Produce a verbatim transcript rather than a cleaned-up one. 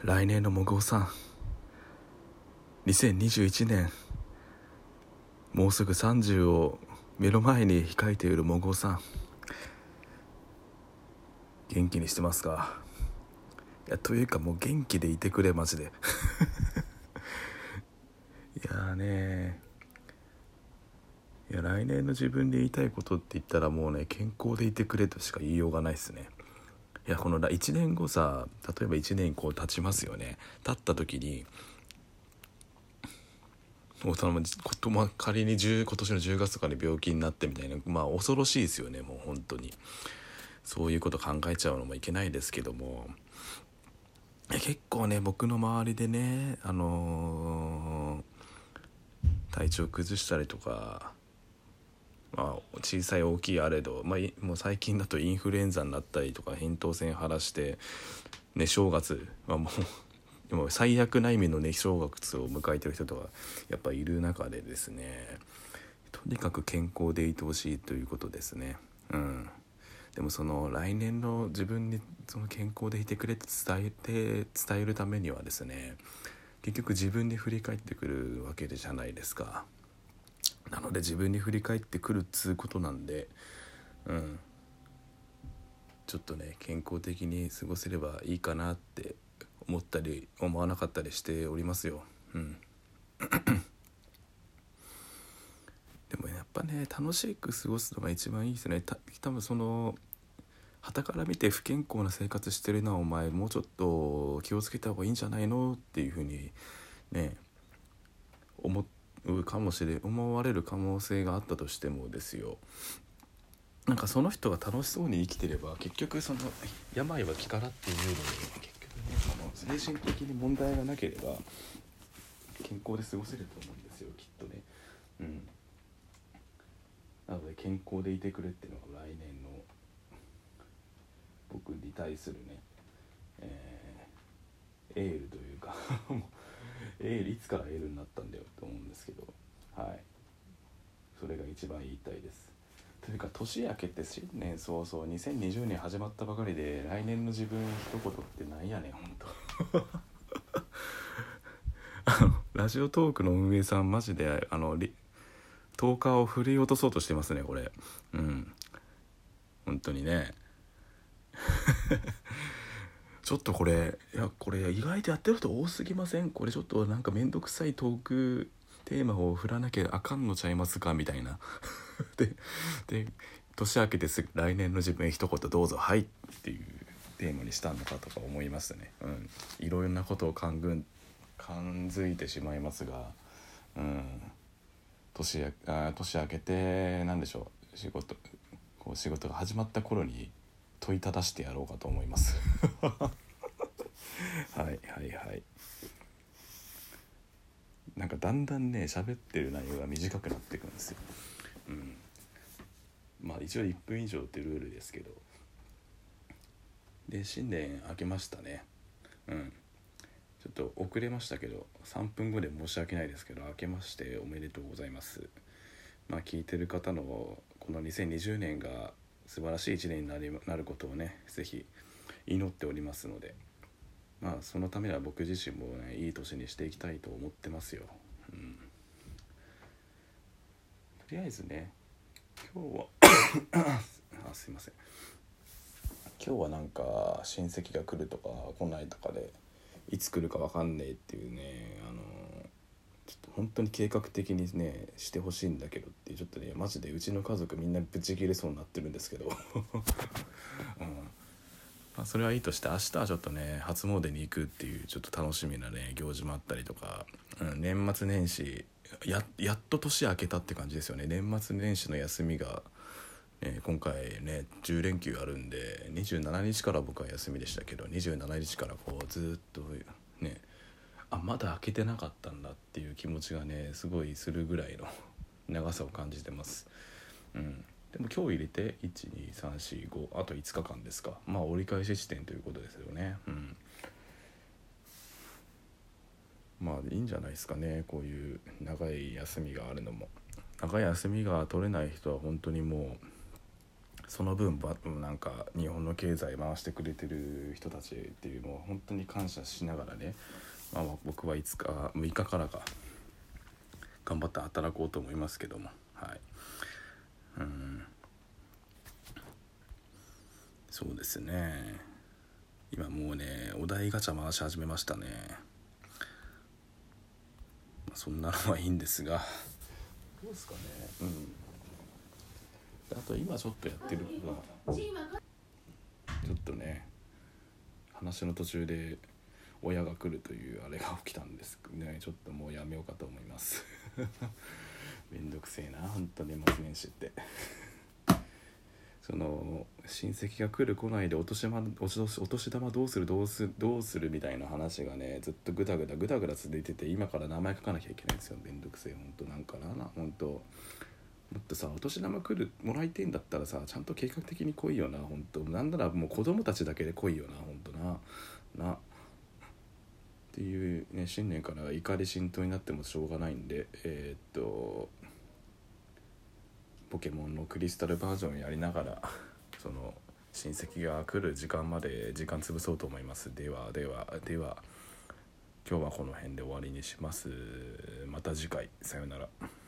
来年のもぐおさん、にせんにじゅういちねん、もうすぐさんじゅうを目の前に控えているもぐおさん、元気にしてますか？いや、というかもう元気でいてくれ、マジで。いやーねーいや来年の自分で言いたいことって言ったらもうね、健康でいてくれとしか言いようがないですね。いや、このいちねんごさ、例えばいちねんこう経ちますよね。経った時にもうそのことま仮にじゅう今年のじゅうがつとかに病気になってみたいな、まあ恐ろしいですよね。もう本当にそういうこと考えちゃうのもいけないですけども、結構ね、僕の周りでね、あのー、体調崩したりとか、まあ、小さい大きいあれど、まあ、もう最近だとインフルエンザになったりとか、扁桃腺腫らして、ね、正月はもうでも最悪な意味のね正月を迎えてる人とかやっぱいる中でですね、とにかく健康でいてほしいということですね。うん。でもその来年の自分にその健康でいてくれって伝えて伝えるためにはですね、結局自分に振り返ってくるわけじゃないですか。なので自分に振り返ってくるっつうことなんで、うんちょっとね健康的に過ごせればいいかなって思ったり思わなかったりしておりますよ。うんでもやっぱね、楽しく過ごすのが一番いいですね。た多分その傍から見て不健康な生活してるなお前、もうちょっと気をつけた方がいいんじゃないのっていう風にね思うかもしれ思われる可能性があったとしてもですよ、なんかその人が楽しそうに生きてれば、結局その病は気からっていうのに、結局ね、その精神的に問題がなければ健康で過ごせると思うんですよ、きっとね。うんなので健康でいてくれっていうのが来年の僕に対するね、えー、エールというかエールいつからエールになったんだよと思うんですけど、はいそれが一番言いたいです。というか年明けて新年早々にせんにじゅうねん始まったばかりで来年の自分一言ってなんやねん本当あのラジオトークの運営さんマジであのとおかを振り落とそうとしてますねこれ。うん本当にねちょっとこれいやこれ意外とやってる人多すぎません？これちょっとなんかめんどくさいトークテーマを振らなきゃあかんのちゃいますかみたいなでで年明けてすぐ来年の自分一言どうぞはいっていうテーマにしたのかとか思いましたね。うんいろんなことを感ぐ感づいてしまいますが、うん年やあ年明けてなんでしょう、仕事こう仕事が始まった頃に問いただしてやろうかと思いますはいはいはい。なんかだんだんね喋ってる内容が短くなっていくんですよ。うんまあ一応いっぷん以上ってルールですけど、で新年明けましたね。うんちょっと遅れましたけどさんぷんごで申し訳ないですけど明けましておめでとうございます。まあ聞いてる方のこのにせんにじゅうねんが素晴らしいいちねんになりなることをねぜひ祈っておりますので、まあそのためには僕自身もねいい年にしていきたいと思ってますよ。うん、とりあえずね今日はあすいません今日はなんか親戚が来るとか来ないとかでいつ来るか分かんねえっていうね、あのちょっと本当に計画的にねしてほしいんだけどってちょっとねマジでうちの家族みんなブチ切れそうになってるんですけど、うんまあ、それはいいとして明日はちょっとね初詣に行くっていうちょっと楽しみなね行事もあったりとか、うん、年末年始 や, やっと年明けたって感じですよね。年末年始の休みが、ね、今回ねじゅう連休あるんでにじゅうしちにちから僕は休みでしたけど、にじゅうしちにちからこうずっとねあまだ開けてなかったんだっていう気持ちがねすごいするぐらいの長さを感じてます。うんでも今日入れていちにさんしごあといつかかんですか。まあ折り返し地点ということですよね。うんまあいいんじゃないですかね、こういう長い休みがあるのも。長い休みが取れない人は本当にもうその分ばなんか日本の経済回してくれてる人たちっていうのを本当に感謝しながらね、まあ、僕はいつかむいかからか頑張って働こうと思いますけども、はい、うん、そうですね。今もうねお題ガチャ回し始めましたね。まあ、そんなのはいいんですが、どうですかね。うん。あと今ちょっとやってるのはちょっとね話の途中で親が来るというあれが起きたんですね。ちょっともうやめようかと思いますめんどくせえな本当に年末年始ってその親戚が来る来ないでお年玉お年お年玉どうするどうするどうするみたいな話がねずっとグダグダグダグダ続いてて、今から名前書かなきゃいけないんですよ。めんどくせえ本当なんかな本当もっとさお年玉来るもらいてんだったらさちゃんと計画的に来いよな本当。なんならもう子供たちだけで来いよな本当ななっていうね、新年から怒り心頭になってもしょうがないんで、えー、っとポケモンのクリスタルバージョンやりながらその親戚が来る時間まで時間潰そうと思います。ではではでは今日はこの辺で終わりにします。また次回さよなら。